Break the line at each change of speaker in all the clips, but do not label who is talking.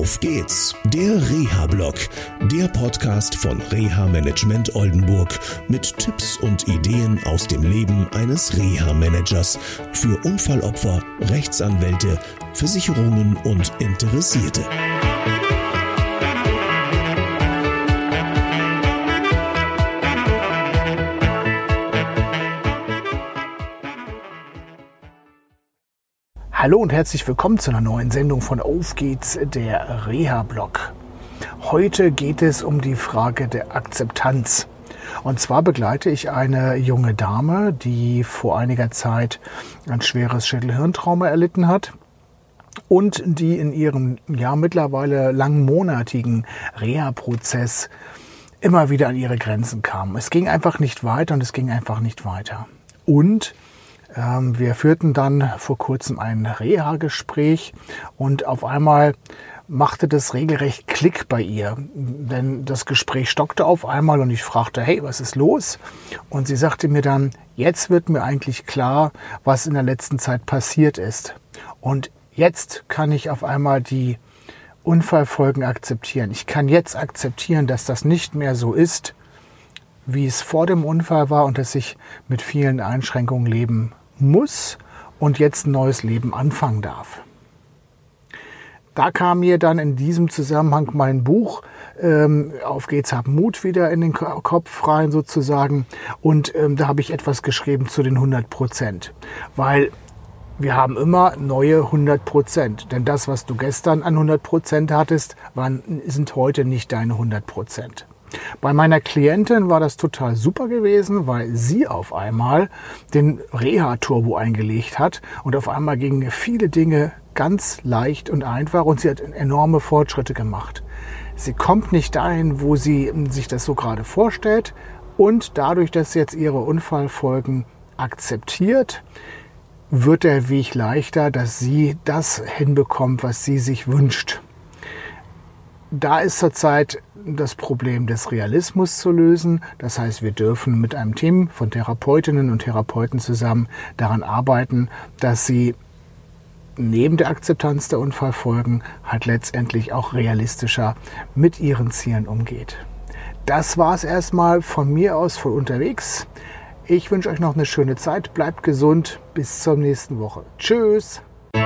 Auf geht's, der Reha-Blog, der Podcast von Reha-Management Oldenburg mit Tipps und Ideen aus dem Leben eines Reha-Managers für Unfallopfer, Rechtsanwälte, Versicherungen und Interessierte.
Hallo und herzlich willkommen zu einer neuen Sendung von Auf geht's, der Reha-Blog. Heute geht es um die Frage der Akzeptanz. Und zwar begleite ich eine junge Dame, die vor einiger Zeit ein schweres Schädel-Hirntrauma erlitten hat und die in ihrem mittlerweile langmonatigen Reha-Prozess immer wieder an ihre Grenzen kam. Es ging einfach nicht weiter und es ging einfach nicht weiter. Und wir führten dann vor kurzem ein Reha-Gespräch und auf einmal machte das regelrecht Klick bei ihr. Denn das Gespräch stockte auf einmal und ich fragte, hey, was ist los? Und sie sagte mir dann, jetzt wird mir eigentlich klar, was in der letzten Zeit passiert ist. Und jetzt kann ich auf einmal die Unfallfolgen akzeptieren. Ich kann jetzt akzeptieren, dass das nicht mehr so ist, wie es vor dem Unfall war und dass ich mit vielen Einschränkungen leben muss und jetzt ein neues Leben anfangen darf. Da kam mir dann in diesem Zusammenhang mein Buch Auf geht's, hab Mut wieder in den Kopf rein sozusagen und da habe ich etwas geschrieben zu den 100%, weil wir haben immer neue 100%, denn das, was du gestern an 100% hattest, sind heute nicht deine 100%. Bei meiner Klientin war das total super gewesen, weil sie auf einmal den Reha-Turbo eingelegt hat und auf einmal gingen viele Dinge ganz leicht und einfach und sie hat enorme Fortschritte gemacht. Sie kommt nicht dahin, wo sie sich das so gerade vorstellt und dadurch, dass sie jetzt ihre Unfallfolgen akzeptiert, wird der Weg leichter, dass sie das hinbekommt, was sie sich wünscht. Da ist zurzeit das Problem des Realismus zu lösen. Das heißt, wir dürfen mit einem Team von Therapeutinnen und Therapeuten zusammen daran arbeiten, dass sie neben der Akzeptanz der Unfallfolgen halt letztendlich auch realistischer mit ihren Zielen umgeht. Das war es erstmal von mir aus von unterwegs. Ich wünsche euch noch eine schöne Zeit. Bleibt gesund. Bis zur nächsten Woche. Tschüss.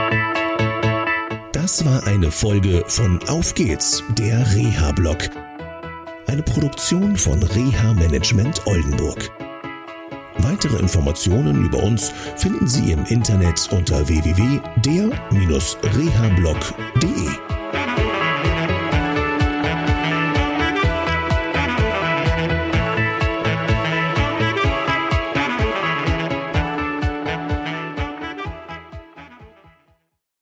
Das war eine Folge von Auf geht's, der Reha-Blog. Eine Produktion von Reha-Management Oldenburg. Weitere Informationen über uns finden Sie im Internet unter www.der-rehablog.de.